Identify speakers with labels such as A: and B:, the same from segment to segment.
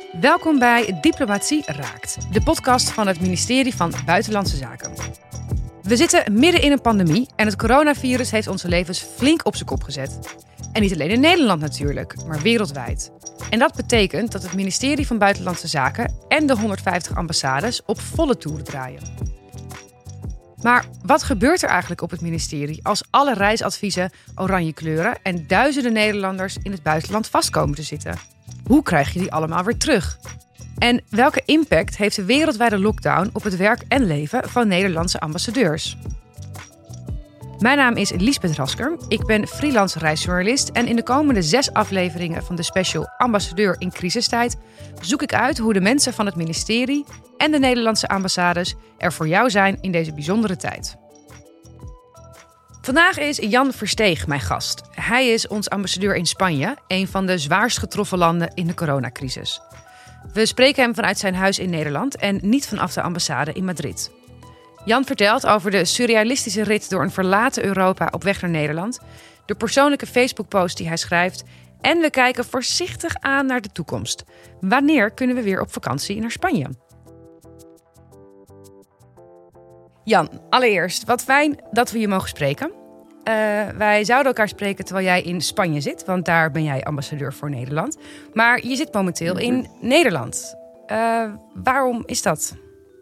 A: Welkom bij Diplomatie Raakt, de podcast van het ministerie van Buitenlandse Zaken. We zitten midden in een pandemie en het coronavirus heeft onze levens flink op zijn kop gezet. En niet alleen in Nederland natuurlijk, maar wereldwijd. En dat betekent dat het ministerie van Buitenlandse Zaken en de 150 ambassades op volle toeren draaien. Maar wat gebeurt er eigenlijk op het ministerie als alle reisadviezen oranje kleuren en duizenden Nederlanders in het buitenland vastkomen te zitten? Hoe krijg je die allemaal weer terug? En welke impact heeft de wereldwijde lockdown op het werk en leven van Nederlandse ambassadeurs? Mijn naam is Liesbeth Rasker. Ik ben freelance reisjournalist en in de komende 6 afleveringen van de special Ambassadeur in crisistijd zoek ik uit hoe de mensen van het ministerie en de Nederlandse ambassades er voor jou zijn in deze bijzondere tijd. Vandaag is Jan Versteeg mijn gast. Hij is ons ambassadeur in Spanje, een van de zwaarst getroffen landen in de coronacrisis. We spreken hem vanuit zijn huis in Nederland en niet vanaf de ambassade in Madrid. Jan vertelt over de surrealistische rit door een verlaten Europa op weg naar Nederland, de persoonlijke Facebookpost die hij schrijft en we kijken voorzichtig aan naar de toekomst. Wanneer kunnen we weer op vakantie naar Spanje? Jan, allereerst, wat fijn dat we je mogen spreken. Wij zouden elkaar spreken terwijl jij in Spanje zit, want daar ben jij ambassadeur voor Nederland. Maar je zit momenteel in Nederland. Waarom is dat?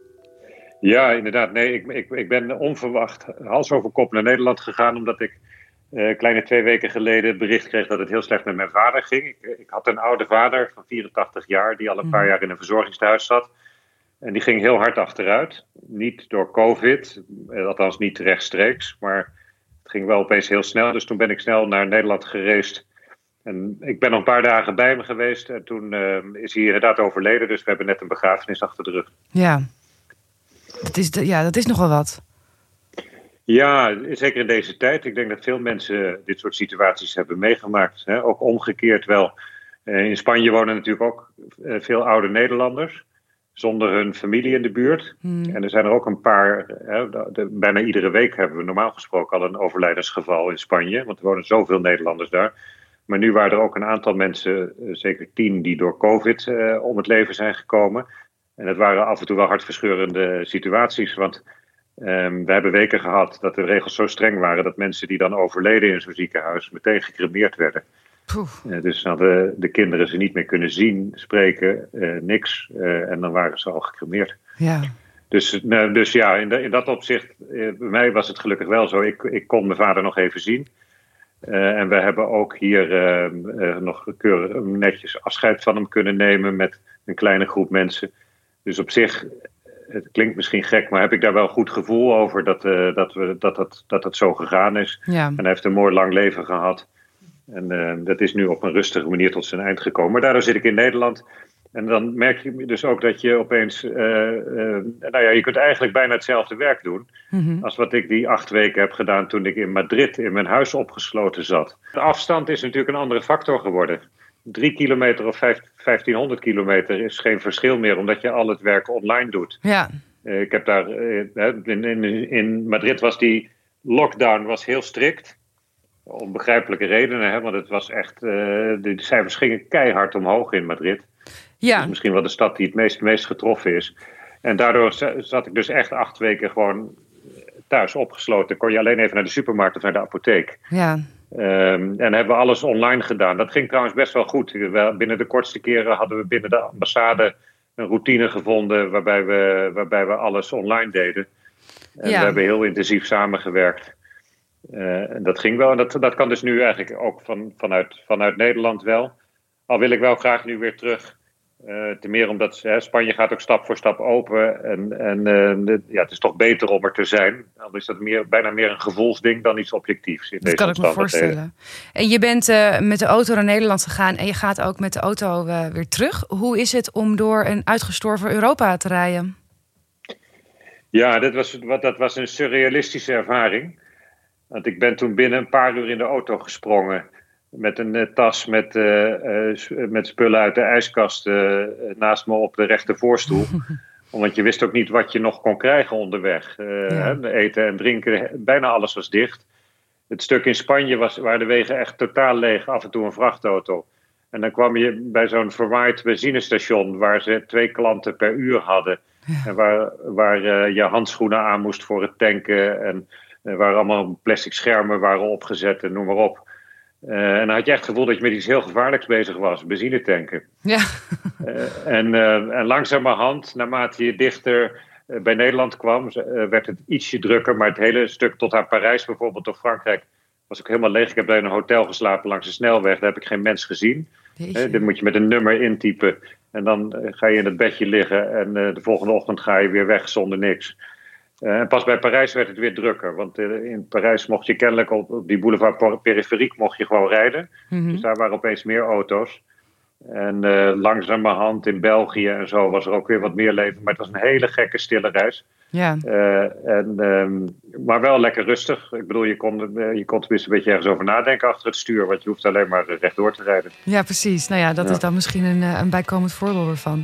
B: Ja, inderdaad. Nee, ik ben onverwacht hals over kop naar Nederland gegaan, omdat ik kleine 2 weken geleden het bericht kreeg dat het heel slecht met mijn vader ging. Ik had een oude vader van 84 jaar die al een paar jaar in een verzorgingstehuis zat. En die ging heel hard achteruit. Niet door COVID, althans niet rechtstreeks, maar het ging wel opeens heel snel. Dus toen ben ik snel naar Nederland gereisd. En ik ben nog een paar dagen bij hem geweest en toen is hij inderdaad overleden. Dus we hebben net een begrafenis achter de rug.
A: Ja, dat is nogal wat.
B: Ja, zeker in deze tijd. Ik denk dat veel mensen dit soort situaties hebben meegemaakt. Hè? Ook omgekeerd wel. In Spanje wonen natuurlijk ook veel oude Nederlanders zonder hun familie in de buurt. En er zijn er ook een paar, bijna iedere week hebben we normaal gesproken al een overlijdensgeval in Spanje. Want er wonen zoveel Nederlanders daar. Maar nu waren er ook een aantal mensen, zeker 10, die door COVID om het leven zijn gekomen. En het waren af en toe wel hartverscheurende situaties, want we hebben weken gehad dat de regels zo streng waren dat mensen die dan overleden in zo'n ziekenhuis meteen gecremeerd werden. Dus hadden de kinderen ze niet meer kunnen zien, spreken, niks. En dan waren ze al gecremeerd.
A: Ja.
B: Dus ja, in dat opzicht, bij mij was het gelukkig wel zo. Ik kon mijn vader nog even zien. En we hebben ook hier nog keurig netjes afscheid van hem kunnen nemen met een kleine groep mensen. Dus op zich, het klinkt misschien gek, maar heb ik daar wel goed gevoel over dat het zo gegaan is.
A: Ja.
B: En hij heeft een mooi lang leven gehad. En dat is nu op een rustige manier tot zijn eind gekomen. Maar daardoor zit ik in Nederland. En dan merk je dus ook dat je opeens... je kunt eigenlijk bijna hetzelfde werk doen als wat ik die 8 weken heb gedaan toen ik in Madrid in mijn huis opgesloten zat. De afstand is natuurlijk een andere factor geworden. 3 kilometer of 1500 kilometer is geen verschil meer, omdat je al het werk online doet.
A: Ja.
B: Ik heb daar... in Madrid was die lockdown heel strikt. Om begrijpelijke redenen, hè, want het was echt... de cijfers gingen keihard omhoog in Madrid.
A: Ja.
B: Dus misschien wel de stad die het meest getroffen is. En daardoor zat ik dus echt 8 weken gewoon thuis opgesloten. Kon je alleen even naar de supermarkt of naar de apotheek.
A: Ja.
B: En hebben we alles online gedaan. Dat ging trouwens best wel goed. Binnen de kortste keren hadden we binnen de ambassade een routine gevonden waarbij we alles online deden. En we hebben heel intensief samengewerkt. En dat ging wel. En dat kan dus nu eigenlijk ook vanuit Nederland wel. Al wil ik wel graag nu weer terug. Ten meer omdat Spanje gaat ook stap voor stap open. En het is toch beter om er te zijn. Dan is dat bijna meer een gevoelsding dan iets objectiefs. Dat
A: kan ik me voorstellen. En je bent met de auto naar Nederland gegaan en je gaat ook met de auto weer terug. Hoe is het om door een uitgestorven Europa te rijden?
B: Ja, dat was een surrealistische ervaring. Want ik ben toen binnen een paar uur in de auto gesprongen. Met een tas met spullen uit de ijskast naast me op de rechtervoorstoel. Want je wist ook niet wat je nog kon krijgen onderweg. Eten en drinken, bijna alles was dicht. Het stuk in Spanje waren de wegen echt totaal leeg. Af en toe een vrachtauto. En dan kwam je bij zo'n verwaaid benzinestation waar ze 2 klanten per uur hadden. Ja. En waar je handschoenen aan moest voor het tanken. En waar allemaal plastic schermen waren opgezet en noem maar op. En dan had je echt het gevoel dat je met iets heel gevaarlijks bezig was. Benzine tanken.
A: Ja.
B: En langzamerhand, naarmate je dichter bij Nederland kwam, werd het ietsje drukker. Maar het hele stuk tot aan Parijs bijvoorbeeld of Frankrijk was ook helemaal leeg. Ik heb daar in een hotel geslapen langs de snelweg. Daar heb ik geen mens gezien. Dan moet je met een nummer intypen. En dan ga je in het bedje liggen. En de volgende ochtend ga je weer weg zonder niks. En pas bij Parijs werd het weer drukker. Want in Parijs mocht je kennelijk op die boulevard Peripheriek mocht je gewoon rijden. Mm-hmm. Dus daar waren opeens meer auto's. En langzamerhand in België en zo was er ook weer wat meer leven. Maar het was een hele gekke, stille reis. Ja. Maar wel lekker rustig. Ik bedoel, je kon tenminste een beetje ergens over nadenken achter het stuur. Want je hoeft alleen maar rechtdoor te rijden.
A: Ja, precies. Nou ja, dat is dan misschien een bijkomend voorbeeld ervan.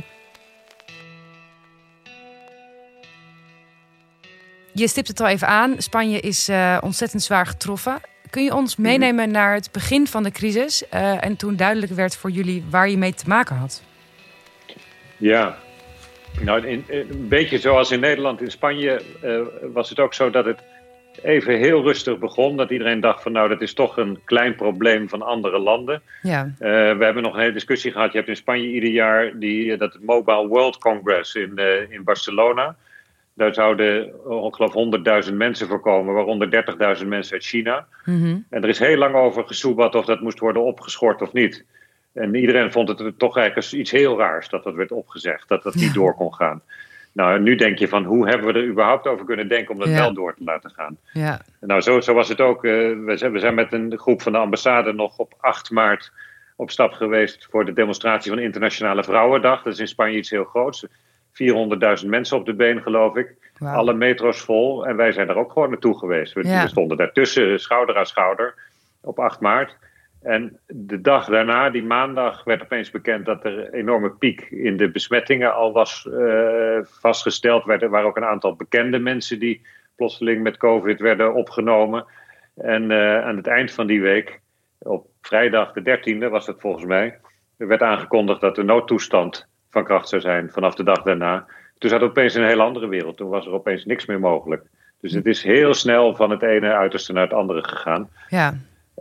A: Je stipt het al even aan. Spanje is ontzettend zwaar getroffen. Kun je ons meenemen naar het begin van de crisis en toen duidelijk werd voor jullie waar je mee te maken had?
B: Ja, nou een beetje zoals in Nederland. In Spanje was het ook zo dat het even heel rustig begon. Dat iedereen dacht van nou, dat is toch een klein probleem van andere landen. Ja. We hebben nog een hele discussie gehad. Je hebt in Spanje ieder jaar dat Mobile World Congress in Barcelona. Daar zouden ongeveer 100.000 mensen voor komen, waaronder 30.000 mensen uit China. Mm-hmm. En er is heel lang over gesoebat of dat moest worden opgeschort of niet. En iedereen vond het toch eigenlijk iets heel raars dat werd opgezegd, dat dat niet door kon gaan. Nou, nu denk je van hoe hebben we er überhaupt over kunnen denken om dat wel door te laten gaan. Ja. Nou, zo was het ook. We zijn met een groep van de ambassade nog op 8 maart op stap geweest voor de demonstratie van Internationale Vrouwendag. Dat is in Spanje iets heel groots. 400.000 mensen op de been, geloof ik. Wow. Alle metro's vol. En wij zijn er ook gewoon naartoe geweest. We stonden daartussen, schouder aan schouder, op 8 maart. En de dag daarna, die maandag, werd opeens bekend dat er een enorme piek in de besmettingen al was vastgesteld. Er waren ook een aantal bekende mensen die plotseling met COVID werden opgenomen. En aan het eind van die week, op vrijdag de 13e was dat volgens mij, er werd aangekondigd dat de noodtoestand van kracht zou zijn vanaf de dag daarna. Toen zat opeens een hele andere wereld. Toen was er opeens niks meer mogelijk. Dus het is heel snel van het ene uiterste naar het andere gegaan. Ja.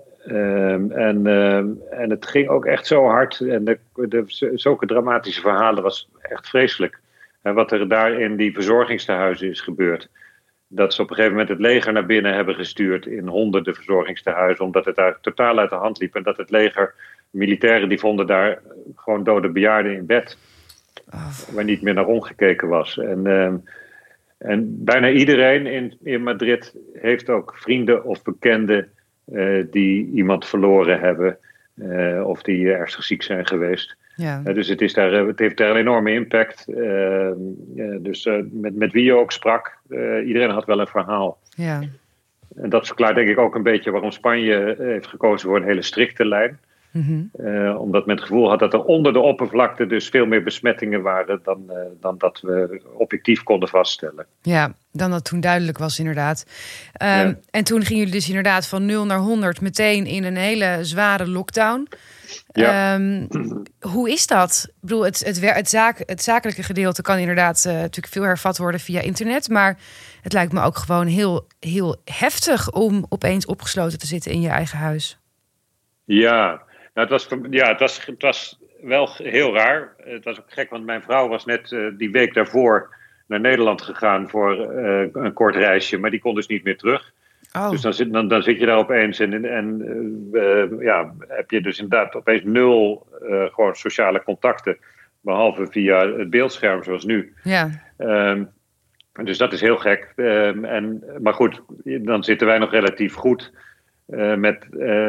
B: En het ging ook echt zo hard. En zulke dramatische verhalen was echt vreselijk. En wat er daar in die verzorgingstehuizen is gebeurd. Dat ze op een gegeven moment het leger naar binnen hebben gestuurd in honderden verzorgingstehuizen. Omdat het daar totaal uit de hand liep. En dat het leger, militairen, die vonden daar gewoon dode bejaarden in bed. Waar niet meer naar omgekeken was. En bijna iedereen in Madrid heeft ook vrienden of bekenden die iemand verloren hebben. Of die ernstig ziek zijn geweest. Ja. Dus het heeft daar een enorme impact. Dus met wie je ook sprak, iedereen had wel een verhaal. Ja. En dat verklaart denk ik ook een beetje waarom Spanje heeft gekozen voor een hele strikte lijn. Mm-hmm. Omdat men het gevoel had dat er onder de oppervlakte dus veel meer besmettingen waren dan dat we objectief konden vaststellen.
A: Ja, dan dat toen duidelijk was inderdaad. En toen gingen jullie dus inderdaad van 0 naar 100 meteen in een hele zware lockdown. Ja. Hoe is dat? Ik bedoel, het zakelijke gedeelte kan inderdaad natuurlijk veel hervat worden via internet. Maar het lijkt me ook gewoon heel, heel heftig om opeens opgesloten te zitten in je eigen huis.
B: Ja, nou, het was wel heel raar. Het was ook gek, want mijn vrouw was net die week daarvoor naar Nederland gegaan voor een kort reisje. Maar die kon dus niet meer terug. Oh. Dus dan zit je daar opeens en heb je dus inderdaad opeens 0 gewoon sociale contacten. Behalve via het beeldscherm zoals nu. Ja. Dus dat is heel gek. Maar goed, dan zitten wij nog relatief goed. Met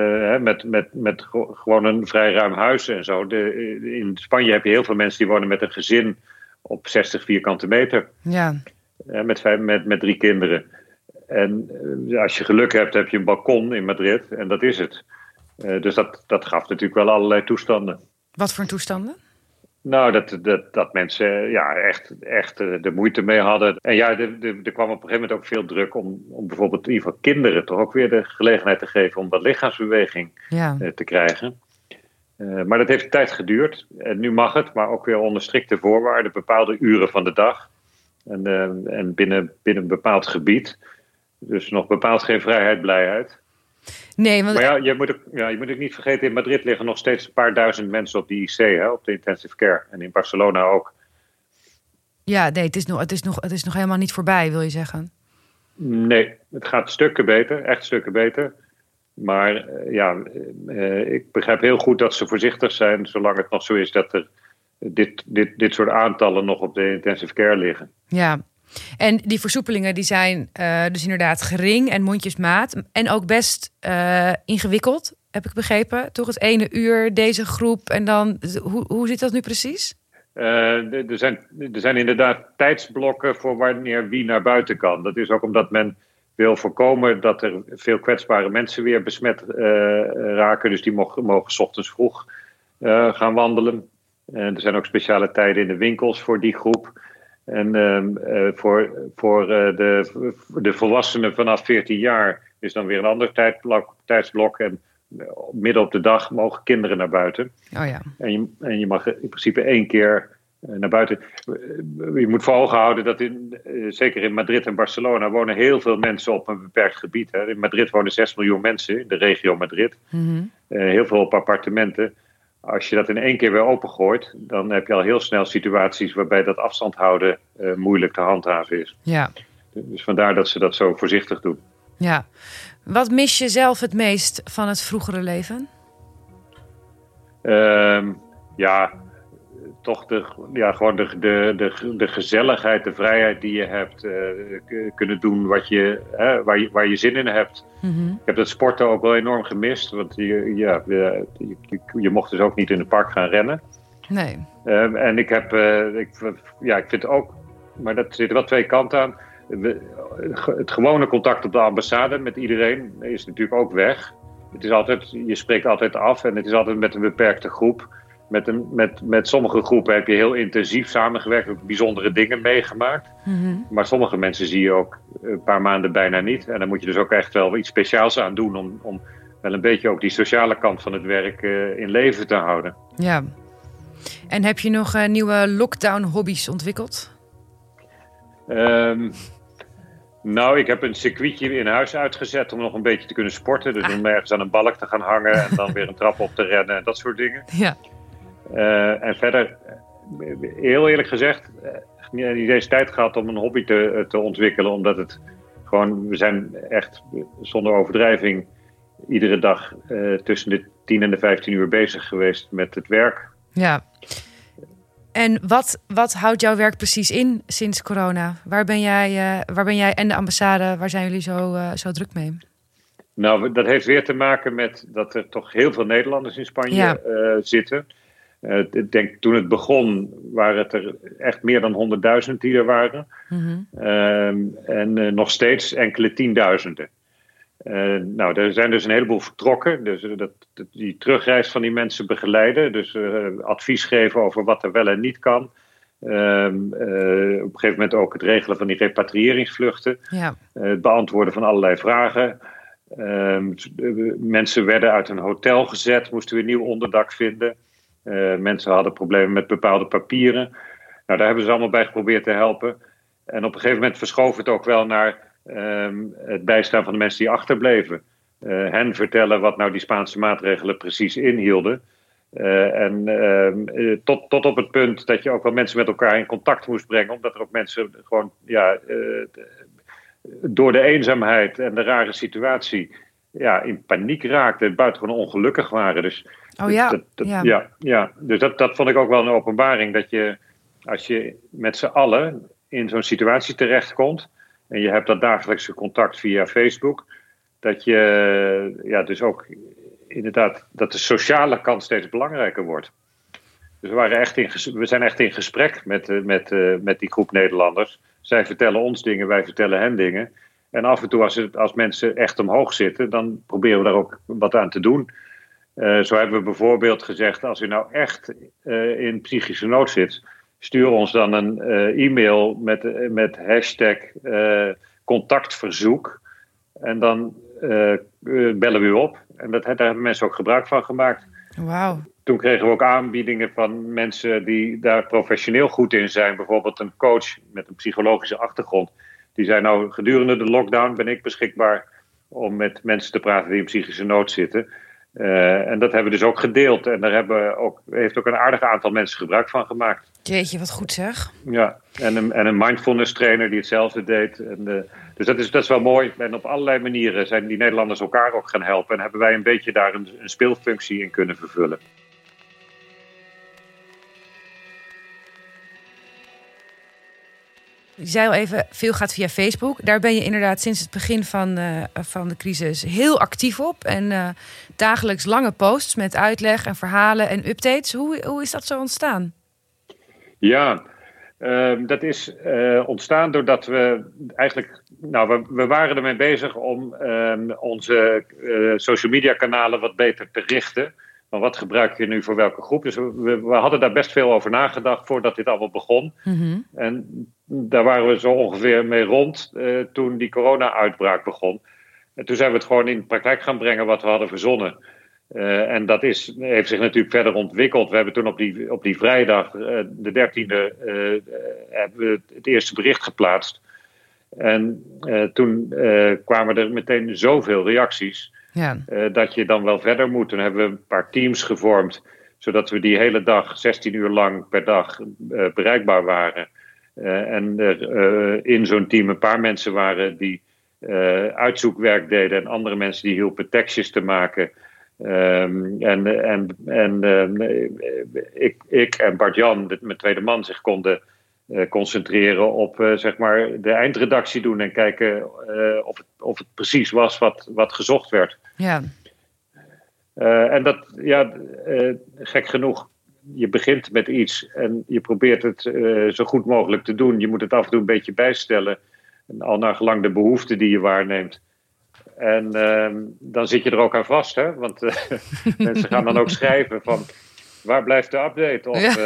B: gewoon een vrij ruim huis en zo. In Spanje heb je heel veel mensen die wonen met een gezin op 60 vierkante meter. Ja. Met 3 kinderen. En als je geluk hebt, heb je een balkon in Madrid. En dat is het. Dus dat gaf natuurlijk wel allerlei toestanden.
A: Wat voor toestanden?
B: Nou, dat mensen echt de moeite mee hadden. En ja, er kwam op een gegeven moment ook veel druk om bijvoorbeeld in ieder geval kinderen toch ook weer de gelegenheid te geven om wat lichaamsbeweging te krijgen. Maar dat heeft een tijd geduurd. En nu mag het, maar ook weer onder strikte voorwaarden, bepaalde uren van de dag. En binnen een bepaald gebied. Dus nog bepaald geen vrijheid, blijheid.
A: Nee, want...
B: Maar je moet ook niet vergeten, in Madrid liggen nog steeds een paar duizend mensen op de IC, hè, op de intensive care. En in Barcelona ook.
A: Ja, nee, het is nog helemaal niet voorbij, wil je zeggen?
B: Nee, het gaat stukken beter, echt stukken beter. Maar ik begrijp heel goed dat ze voorzichtig zijn, zolang het nog zo is dat er dit soort aantallen nog op de intensive care liggen.
A: Ja, en die versoepelingen die zijn dus inderdaad gering en mondjesmaat. En ook best ingewikkeld, heb ik begrepen. Toch het ene uur deze groep en dan... Hoe zit dat nu precies?
B: Er zijn inderdaad tijdsblokken voor wanneer wie naar buiten kan. Dat is ook omdat men wil voorkomen dat er veel kwetsbare mensen weer besmet raken. Dus die mogen 's ochtends vroeg gaan wandelen. Er zijn ook speciale tijden in de winkels voor die groep. En voor de volwassenen vanaf 14 jaar is dan weer een ander tijdsblok. En midden op de dag mogen kinderen naar buiten.
A: Oh ja.
B: En je mag in principe 1 keer naar buiten. Je moet voor ogen houden dat zeker in Madrid en Barcelona wonen heel veel mensen op een beperkt gebied. Hè. In Madrid wonen 6 miljoen mensen, in de regio Madrid. Mm-hmm. Heel veel op appartementen. Als je dat in 1 keer weer opengooit, dan heb je al heel snel situaties waarbij dat afstand houden moeilijk te handhaven is. Ja. Dus vandaar dat ze dat zo voorzichtig doen.
A: Ja. Wat mis je zelf het meest van het vroegere leven?
B: Toch gewoon de gezelligheid, de vrijheid die je hebt. Kunnen doen waar je zin in hebt. Mm-hmm. Ik heb dat sporten ook wel enorm gemist. Want je mocht dus ook niet in het park gaan rennen. Nee. En ik vind ook... Maar dat zitten wel 2 kanten aan. Het gewone contact op de ambassade met iedereen is natuurlijk ook weg. Het is altijd, je spreekt altijd af en het is altijd met een beperkte groep. Met sommige groepen heb je heel intensief samengewerkt, ook bijzondere dingen meegemaakt. Mm-hmm. Maar sommige mensen zie je ook een paar maanden bijna niet. En dan moet je dus ook echt wel iets speciaals aan doen om wel een beetje ook die sociale kant van het werk in leven te houden. Ja.
A: En heb je nog nieuwe lockdown-hobby's ontwikkeld?
B: Nou, ik heb een circuitje in huis uitgezet om nog een beetje te kunnen sporten. Dus om ergens aan een balk te gaan hangen en dan weer een trap op te rennen en dat soort dingen. Ja. En verder, heel eerlijk gezegd, niet deze tijd gehad om een hobby te ontwikkelen. Omdat we zijn echt zonder overdrijving iedere dag tussen de 10 en de 15 uur bezig geweest met het werk. Ja.
A: En wat houdt jouw werk precies in sinds corona? Waar ben jij en de ambassade, waar zijn jullie zo druk mee?
B: Nou, dat heeft weer te maken met dat er toch heel veel Nederlanders in Spanje zitten. Ik denk toen het begon waren het er echt meer dan 100.000 die er waren. Mm-hmm. En nog steeds enkele tienduizenden. Nou, er zijn dus een heleboel vertrokken. Dus die terugreis van die mensen begeleiden. Dus advies geven over wat er wel en niet kan. Op een gegeven moment ook het regelen van die repatriëringsvluchten. Ja. Het beantwoorden van allerlei vragen. Mensen werden uit een hotel gezet, moesten weer nieuw onderdak vinden. Mensen hadden problemen met bepaalde papieren. Nou, daar hebben ze allemaal bij geprobeerd te helpen. En op een gegeven moment verschoof het ook wel naar het bijstaan van de mensen die achterbleven. Hen vertellen wat nou die Spaanse maatregelen precies inhielden. Tot op het punt dat je ook wel mensen met elkaar in contact moest brengen. Omdat er ook mensen gewoon door de eenzaamheid en de rare situatie in paniek raakten. Buitengewoon ongelukkig waren. Dus, dus dat vond ik ook wel een openbaring. Dat je, als je met z'n allen in zo'n situatie terechtkomt. En je hebt dat dagelijkse contact via Facebook. Dat je dus ook inderdaad dat de sociale kant steeds belangrijker wordt. Dus we zijn echt in gesprek met die groep Nederlanders. Zij vertellen ons dingen, wij vertellen hen dingen. En af en toe als mensen echt omhoog zitten, dan proberen we daar ook wat aan te doen. Zo hebben we bijvoorbeeld gezegd, als u nou echt in psychische nood zit, stuur ons dan een e-mail met hashtag contactverzoek. En dan bellen we u op. En daar hebben mensen ook gebruik van gemaakt.
A: Wauw.
B: toen kregen we ook aanbiedingen van mensen die daar professioneel goed in zijn. Bijvoorbeeld een coach met een psychologische achtergrond. Die zei nou, gedurende de lockdown ben ik beschikbaar om met mensen te praten die in psychische nood zitten. En dat hebben we dus ook gedeeld. En daar heeft ook een aardig aantal mensen gebruik van gemaakt.
A: Jeetje, wat goed zeg.
B: Ja, en een mindfulness trainer die hetzelfde deed. Dus dat is wel mooi. En op allerlei manieren zijn die Nederlanders elkaar ook gaan helpen. En hebben wij een beetje daar een speelfunctie in kunnen vervullen.
A: Je zei al even, veel gaat via Facebook. Daar ben je inderdaad sinds het begin van de crisis heel actief op. En dagelijks lange posts met uitleg en verhalen en updates. Hoe is dat zo ontstaan?
B: Ja, dat is ontstaan doordat we eigenlijk... Nou, we waren ermee bezig om onze social media kanalen wat beter te richten. Maar wat gebruik je nu voor welke groep? Dus we hadden daar best veel over nagedacht voordat dit allemaal begon. Mm-hmm. En daar waren we zo ongeveer mee rond toen die corona-uitbraak begon. En toen zijn we het gewoon in de praktijk gaan brengen wat we hadden verzonnen. En dat heeft zich natuurlijk verder ontwikkeld. We hebben toen op die vrijdag, de 13e, hebben we het eerste bericht geplaatst. En toen kwamen er meteen zoveel reacties. Ja. Dat je dan wel verder moet. Toen hebben we een paar teams gevormd, zodat we die hele dag, 16 uur lang per dag, bereikbaar waren. En er in zo'n team een paar mensen waren die uitzoekwerk deden en andere mensen die hielpen tekstjes te maken. Ik en Bart-Jan, mijn tweede man, zich konden concentreren op zeg maar de eindredactie doen en kijken of het precies was wat gezocht werd. Ja. En dat, gek genoeg, je begint met iets en je probeert het zo goed mogelijk te doen. Je moet het af en toe een beetje bijstellen, al naar gelang de behoeften die je waarneemt. En dan zit je er ook aan vast, hè? Want mensen gaan dan ook schrijven van, waar blijft de update? Of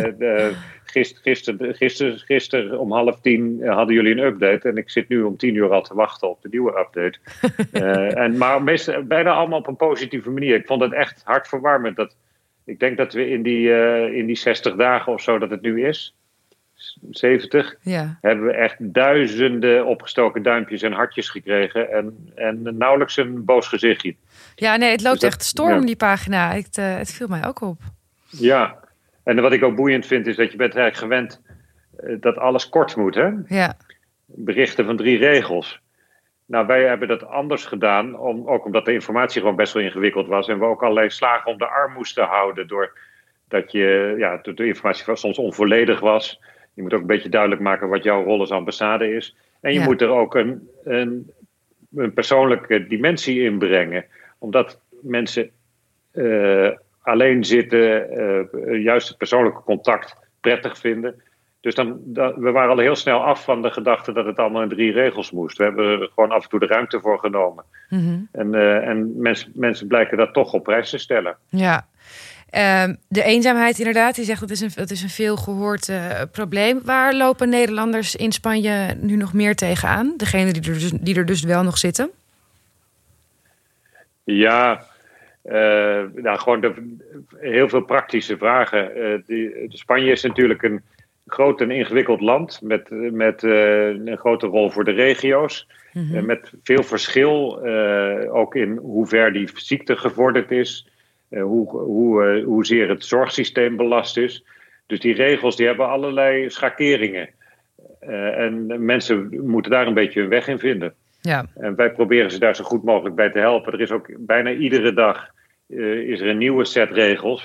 B: gisteren om 9:30 hadden jullie een update en ik zit nu om 10 uur al te wachten op de nieuwe update. Maar bijna allemaal op een positieve manier. Ik vond het echt hartverwarmend. Ik denk dat we in die 60 dagen of zo dat het nu is, 70, hebben we echt duizenden opgestoken duimpjes en hartjes gekregen en nauwelijks een boos gezichtje.
A: Ja, nee, het loopt echt storm, die pagina. Het viel mij ook op.
B: Ja, en wat ik ook boeiend vind is dat je bent eigenlijk gewend dat alles kort moet, hè? Ja. Berichten van 3 regels. Nou, wij hebben dat anders gedaan, ook omdat de informatie gewoon best wel ingewikkeld was en we ook allerlei slagen om de arm moesten houden doordat de informatie soms onvolledig was. Je moet ook een beetje duidelijk maken wat jouw rol als ambassade is. En je moet er ook een persoonlijke dimensie in brengen. Omdat mensen alleen zitten, juist het persoonlijke contact prettig vinden. Dus we waren al heel snel af van de gedachte dat het allemaal in 3 regels moest. We hebben er gewoon af en toe de ruimte voor genomen. Mm-hmm. En mensen blijken dat toch op prijs te stellen. Ja.
A: De eenzaamheid inderdaad, die zegt dat is een veel gehoord probleem. Waar lopen Nederlanders in Spanje nu nog meer tegenaan? Degene die er dus wel nog zitten?
B: Ja, gewoon heel veel praktische vragen. Spanje is natuurlijk een groot en ingewikkeld land met een grote rol voor de regio's. Mm-hmm. Met veel verschil, ook in hoe ver die ziekte gevorderd is. Hoezeer het zorgsysteem belast is. Dus die regels die hebben allerlei schakeringen. En mensen moeten daar een beetje hun weg in vinden. Ja. En wij proberen ze daar zo goed mogelijk bij te helpen. Er is ook bijna iedere dag is er een nieuwe set regels.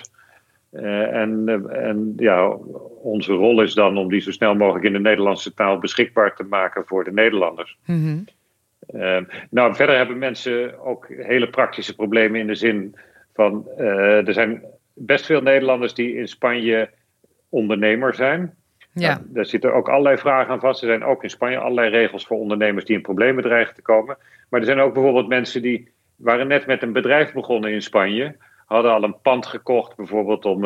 B: Onze rol is dan om die zo snel mogelijk in de Nederlandse taal beschikbaar te maken voor de Nederlanders. Mm-hmm. Verder hebben mensen ook hele praktische problemen in de zin van, er zijn best veel Nederlanders die in Spanje ondernemer zijn. Ja. Daar zitten ook allerlei vragen aan vast. Er zijn ook in Spanje allerlei regels voor ondernemers die in problemen dreigen te komen. Maar er zijn ook bijvoorbeeld mensen die waren net met een bedrijf begonnen in Spanje. Hadden al een pand gekocht bijvoorbeeld om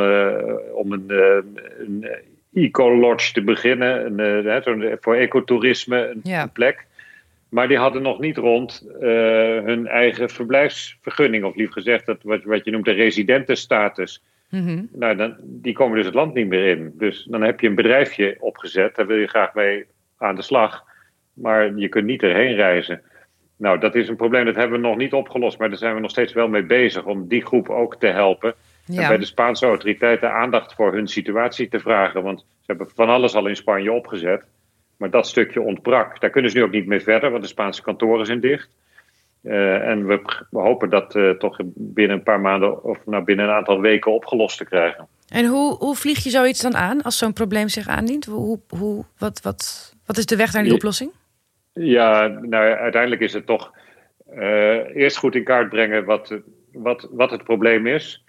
B: een eco-lodge te beginnen. Voor ecotourisme een plek. Maar die hadden nog niet rond hun eigen verblijfsvergunning. Of liever gezegd, wat je noemt de residentenstatus.
A: Mhm.
B: Nou, die komen dus het land niet meer in. Dus dan heb je een bedrijfje opgezet, daar wil je graag mee aan de slag. Maar je kunt niet erheen reizen. Nou, dat is een probleem, dat hebben we nog niet opgelost. Maar daar zijn we nog steeds wel mee bezig om die groep ook te helpen.
A: Ja.
B: En bij de Spaanse autoriteiten aandacht voor hun situatie te vragen. Want ze hebben van alles al in Spanje opgezet. Maar dat stukje ontbrak. Daar kunnen ze nu ook niet mee verder, want de Spaanse kantoren zijn dicht. En we hopen dat toch binnen een paar maanden of binnen een aantal weken opgelost te krijgen.
A: En hoe vlieg je zoiets dan aan als zo'n probleem zich aandient? Wat is de weg naar die oplossing?
B: Ja, nou uiteindelijk is het toch eerst goed in kaart brengen wat het probleem is.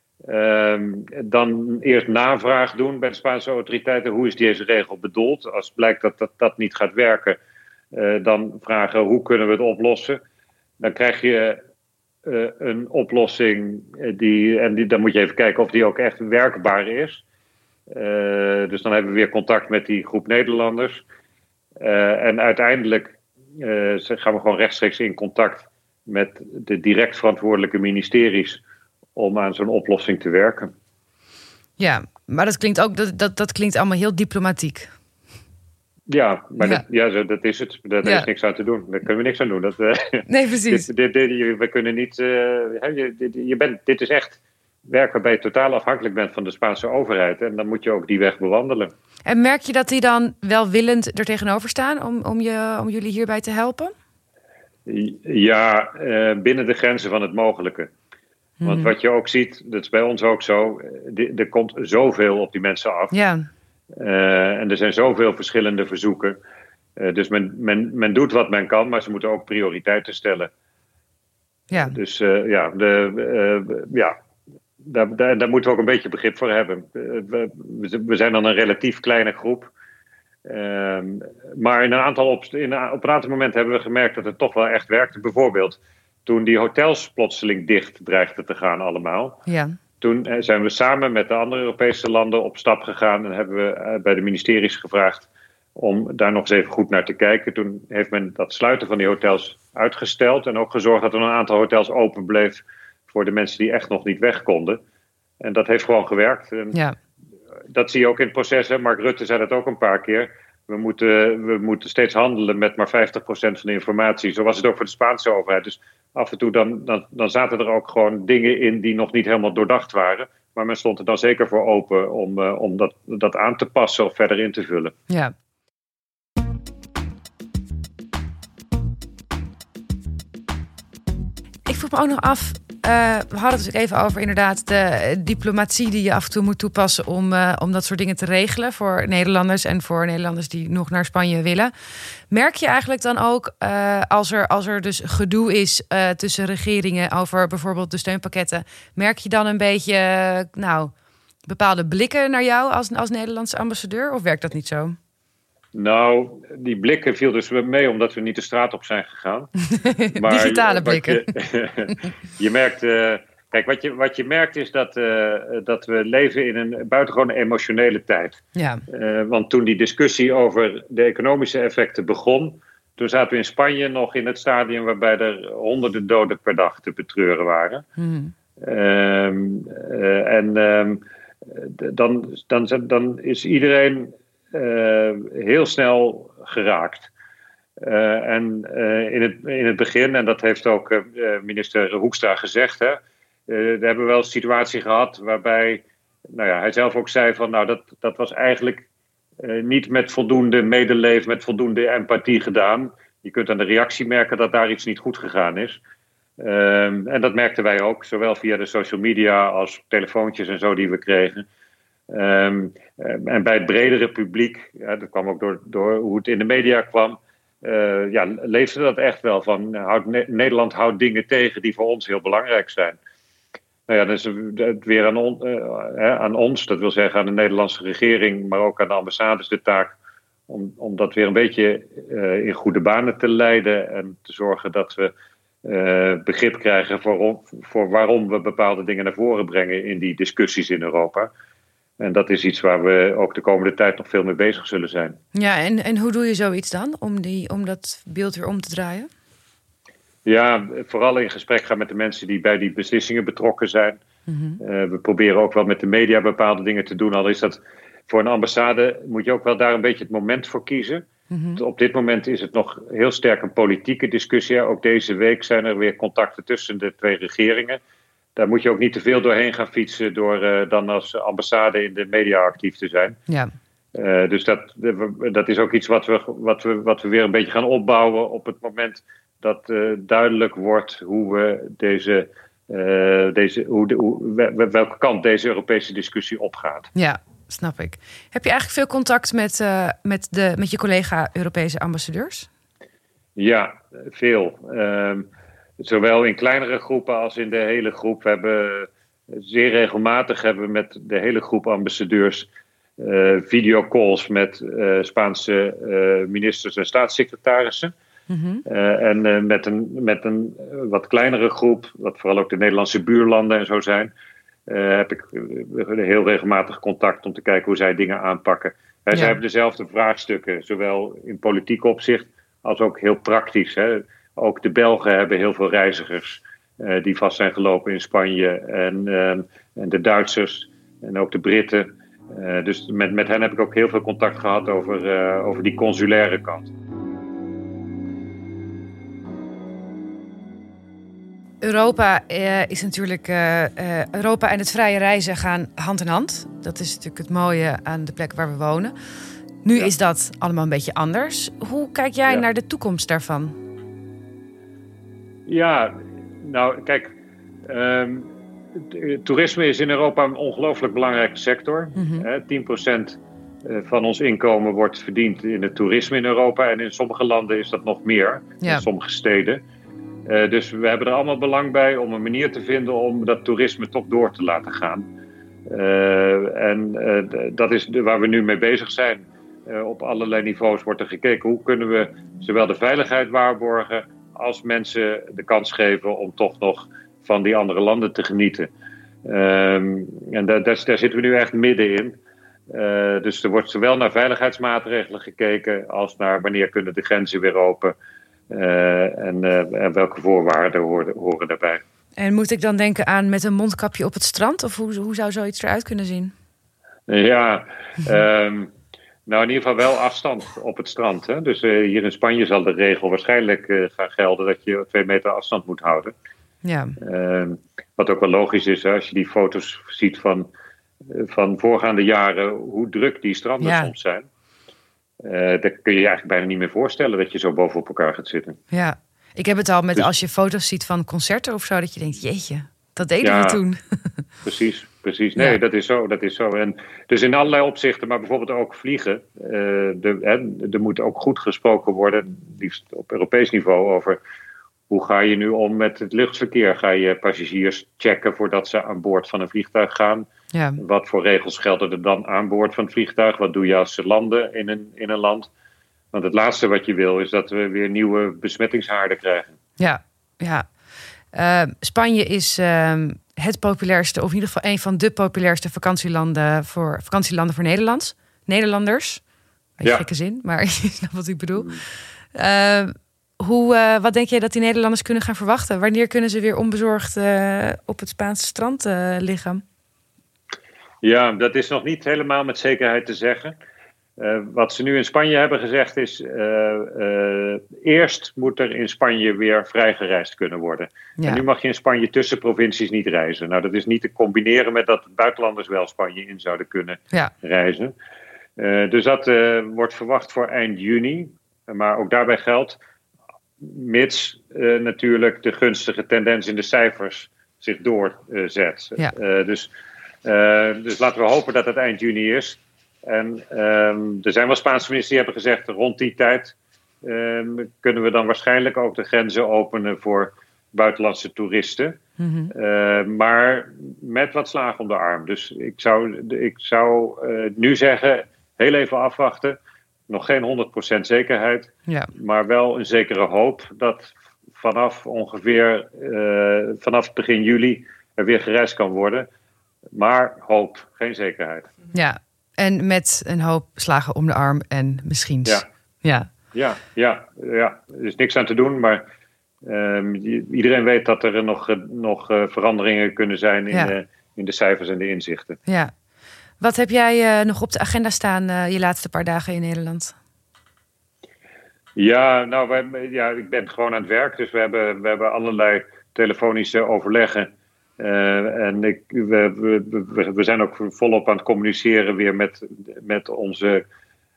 B: Dan eerst navraag doen bij de Spaanse autoriteiten. Hoe is deze regel bedoeld? Als blijkt dat niet gaat werken, dan vragen hoe kunnen we het oplossen. Dan krijg je een oplossing dan moet je even kijken of die ook echt werkbaar is. Dus dan hebben we weer contact met die groep Nederlanders. En uiteindelijk gaan we gewoon rechtstreeks in contact met de direct verantwoordelijke ministeries om aan zo'n oplossing te werken.
A: Ja, maar dat klinkt ook dat klinkt allemaal heel diplomatiek.
B: Ja, maar dat is het. Daar is niks aan te doen. Daar kunnen we niks aan doen.
A: Nee, precies.
B: We kunnen niet. Dit is echt werk waarbij je totaal afhankelijk bent van de Spaanse overheid. En dan moet je ook die weg bewandelen.
A: En merk je dat die dan welwillend er tegenover staan om jullie hierbij te helpen?
B: Ja, binnen de grenzen van het mogelijke. Want wat je ook ziet, dat is bij ons ook zo, er komt zoveel op die mensen af.
A: Ja.
B: En er zijn zoveel verschillende verzoeken. Dus men doet wat men kan, maar ze moeten ook prioriteiten stellen.
A: Ja.
B: Dus daar moeten we ook een beetje begrip voor hebben. We zijn dan een relatief kleine groep. Maar op een aantal momenten hebben we gemerkt dat het toch wel echt werkte. Bijvoorbeeld toen die hotels plotseling dicht dreigden te gaan allemaal.
A: Ja.
B: Toen zijn we samen met de andere Europese landen op stap gegaan en hebben we bij de ministeries gevraagd om daar nog eens even goed naar te kijken. Toen heeft men dat sluiten van die hotels uitgesteld en ook gezorgd dat er een aantal hotels open bleef voor de mensen die echt nog niet weg konden. En dat heeft gewoon gewerkt. En dat zie je ook in het proces. Hè. Mark Rutte zei dat ook een paar keer. We moeten steeds handelen met maar 50% van de informatie. Zo was het ook voor de Spaanse overheid. Dus af en toe dan zaten er ook gewoon dingen in die nog niet helemaal doordacht waren. Maar men stond er dan zeker voor open om dat aan te passen of verder in te vullen.
A: Ja. Ik vroeg me ook nog af, we hadden het ook even over inderdaad de diplomatie die je af en toe moet toepassen om dat soort dingen te regelen voor Nederlanders en voor Nederlanders die nog naar Spanje willen. Merk je eigenlijk dan ook als er dus gedoe is tussen regeringen over bijvoorbeeld de steunpakketten, merk je dan een beetje bepaalde blikken naar jou als Nederlandse ambassadeur of werkt dat niet zo?
B: Nou, die blikken viel dus mee omdat we niet de straat op zijn gegaan. Maar
A: digitale blikken.
B: Je merkt, kijk, wat je merkt is dat we leven in een buitengewoon emotionele tijd.
A: Ja.
B: Want toen die discussie over de economische effecten begon, toen zaten we in Spanje nog in het stadium waarbij er honderden doden per dag te betreuren waren. Dan is iedereen heel snel geraakt. In het begin, en dat heeft ook minister Hoekstra gezegd, we hebben wel een situatie gehad waarbij hij zelf ook zei van dat was eigenlijk niet met voldoende medeleven, met voldoende empathie gedaan. Je kunt aan de reactie merken dat daar iets niet goed gegaan is. En dat merkten wij ook, zowel via de social media als telefoontjes en zo die we kregen. En bij het bredere publiek, dat kwam ook door hoe het in de media kwam, leefde dat echt wel van Nederland houdt dingen tegen die voor ons heel belangrijk zijn. Dan is het weer aan ons, dat wil zeggen aan de Nederlandse regering, maar ook aan de ambassades de taak om dat weer een beetje in goede banen te leiden en te zorgen dat we begrip krijgen voor waarom we bepaalde dingen naar voren brengen in die discussies in Europa. En dat is iets waar we ook de komende tijd nog veel mee bezig zullen zijn. Ja,
A: en hoe doe je zoiets dan, om dat beeld weer om te draaien?
B: Ja, vooral in gesprek gaan met de mensen die bij die beslissingen betrokken zijn.
A: Mm-hmm.
B: We proberen ook wel met de media bepaalde dingen te doen. Al is dat voor een ambassade, moet je ook wel daar een beetje het moment voor kiezen.
A: Mm-hmm.
B: Op dit moment is het nog heel sterk een politieke discussie. Ook deze week zijn er weer contacten tussen de twee regeringen. Daar moet je ook niet te veel doorheen gaan fietsen door dan als ambassade in de media actief te zijn.
A: Ja.
B: Dus dat is ook iets wat we weer een beetje gaan opbouwen op het moment dat duidelijk wordt hoe we welke kant deze Europese discussie opgaat.
A: Ja, snap ik. Heb je eigenlijk veel contact met je collega Europese ambassadeurs?
B: Ja, veel. Zowel in kleinere groepen als in de hele groep. We hebben zeer regelmatig met de hele groep ambassadeurs videocalls met Spaanse ministers en staatssecretarissen.
A: Mm-hmm.
B: En met een wat kleinere groep, wat vooral ook de Nederlandse buurlanden en zo zijn, heb ik heel regelmatig contact om te kijken hoe zij dingen aanpakken. Zij hebben dezelfde vraagstukken, zowel in politiek opzicht als ook heel praktisch. Hè. Ook de Belgen hebben heel veel reizigers die vast zijn gelopen in Spanje en de Duitsers en ook de Britten. Dus met hen heb ik ook heel veel contact gehad over die consulaire kant.
A: Europa is natuurlijk. Europa en het vrije reizen gaan hand in hand. Dat is natuurlijk het mooie aan de plek waar we wonen. Nu is dat allemaal een beetje anders. Hoe kijk jij naar de toekomst daarvan?
B: Ja, nou kijk. Toerisme is in Europa een ongelooflijk belangrijke sector.
A: Mm-hmm.
B: 10% van ons inkomen wordt verdiend in het toerisme in Europa. En in sommige landen is dat nog meer. Ja. In sommige steden. Dus we hebben er allemaal belang bij om een manier te vinden om dat toerisme toch door te laten gaan. Dat is waar we nu mee bezig zijn. Op allerlei niveaus wordt er gekeken hoe kunnen we zowel de veiligheid waarborgen als mensen de kans geven om toch nog van die andere landen te genieten. En daar zitten we nu echt middenin. Dus er wordt zowel naar veiligheidsmaatregelen gekeken als naar wanneer kunnen de grenzen weer open. En welke voorwaarden horen daarbij.
A: En moet ik dan denken aan met een mondkapje op het strand? Of hoe zou zoiets eruit kunnen zien?
B: Ja, nou in ieder geval wel afstand op het strand. Hè? Dus hier in Spanje zal de regel waarschijnlijk gaan gelden dat je 2 meter afstand moet houden. Ja. Wat ook wel logisch is, hè, als je die foto's ziet van voorgaande jaren, hoe druk die stranden soms zijn. Dat kun je je eigenlijk bijna niet meer voorstellen dat je zo bovenop elkaar gaat zitten. Ja,
A: ik heb het al met als je foto's ziet van concerten of zo, dat je denkt, jeetje, dat deden we toen.
B: Precies. Nee, dat is zo. En dus in allerlei opzichten, maar bijvoorbeeld ook vliegen. Er moet ook goed gesproken worden, liefst op Europees niveau, over hoe ga je nu om met het luchtverkeer. Ga je passagiers checken voordat ze aan boord van een vliegtuig gaan? Ja. Wat voor regels gelden er dan aan boord van het vliegtuig? Wat doe je als ze landen in een land? Want het laatste wat je wil is dat we weer nieuwe besmettingshaarden krijgen.
A: Ja. Spanje is het populairste, of in ieder geval een van de populairste vakantielanden voor Nederlanders. Beetje gekke zin, maar je snapt wat ik bedoel. Wat denk jij dat die Nederlanders kunnen gaan verwachten? Wanneer kunnen ze weer onbezorgd op het Spaanse strand liggen?
B: Ja, dat is nog niet helemaal met zekerheid te zeggen. Wat ze nu in Spanje hebben gezegd is, eerst moet er in Spanje weer vrijgereisd kunnen worden. Ja. En nu mag je in Spanje tussen provincies niet reizen. Nou, dat is niet te combineren met dat buitenlanders wel Spanje in zouden kunnen reizen. Dus dat wordt verwacht voor eind juni. Maar ook daarbij geldt, mits natuurlijk de gunstige tendens in de cijfers zich doorzet. Ja. Dus laten we hopen dat het eind juni is. En er zijn wel Spaanse ministers die hebben gezegd, rond die tijd kunnen we dan waarschijnlijk ook de grenzen openen voor buitenlandse toeristen. Mm-hmm. Maar met wat slaag om de arm. Dus ik zou nu zeggen, heel even afwachten. Nog geen 100% zekerheid, maar wel een zekere hoop dat vanaf begin juli er weer gereisd kan worden. Maar hoop, geen zekerheid.
A: Ja, en met een hoop slagen om de arm en misschien.
B: Ja. Er is niks aan te doen, maar iedereen weet dat er nog veranderingen kunnen zijn in de cijfers en de inzichten.
A: Ja. Wat heb jij nog op de agenda staan je laatste paar dagen in Nederland?
B: Ja, nou, ik ben gewoon aan het werk. Dus we hebben allerlei telefonische overleggen. En we zijn ook volop aan het communiceren weer met onze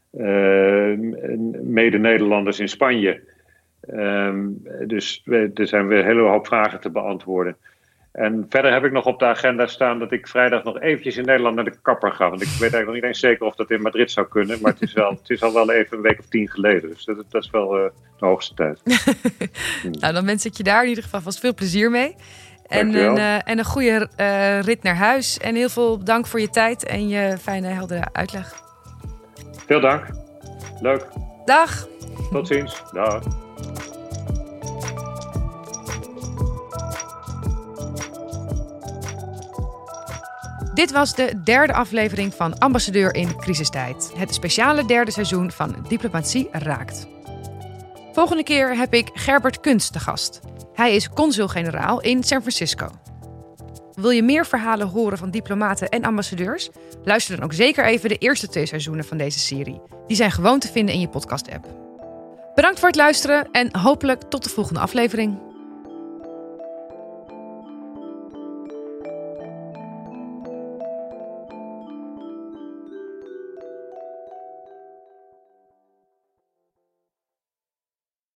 B: mede-Nederlanders in Spanje. Dus er zijn weer een hele hoop vragen te beantwoorden. En verder heb ik nog op de agenda staan dat ik vrijdag nog eventjes in Nederland naar de kapper ga. Want ik weet eigenlijk nog niet eens zeker of dat in Madrid zou kunnen. Maar het is al wel even een week of 10 geleden. Dus dat is wel de hoogste tijd.
A: Nou, dan wens ik je daar in ieder geval vast veel plezier mee. En een goede rit naar huis. En heel veel dank voor je tijd en je fijne, heldere uitleg.
B: Veel dank. Leuk.
A: Dag.
B: Tot ziens. Dag.
A: Dit was de derde aflevering van Ambassadeur in crisistijd. Het speciale derde seizoen van Diplomatie Raakt. Volgende keer heb ik Gerbert Kunst te gast. Hij is consul-generaal in San Francisco. Wil je meer verhalen horen van diplomaten en ambassadeurs? Luister dan ook zeker even de eerste 2 seizoenen van deze serie. Die zijn gewoon te vinden in je podcast-app. Bedankt voor het luisteren en hopelijk tot de volgende aflevering.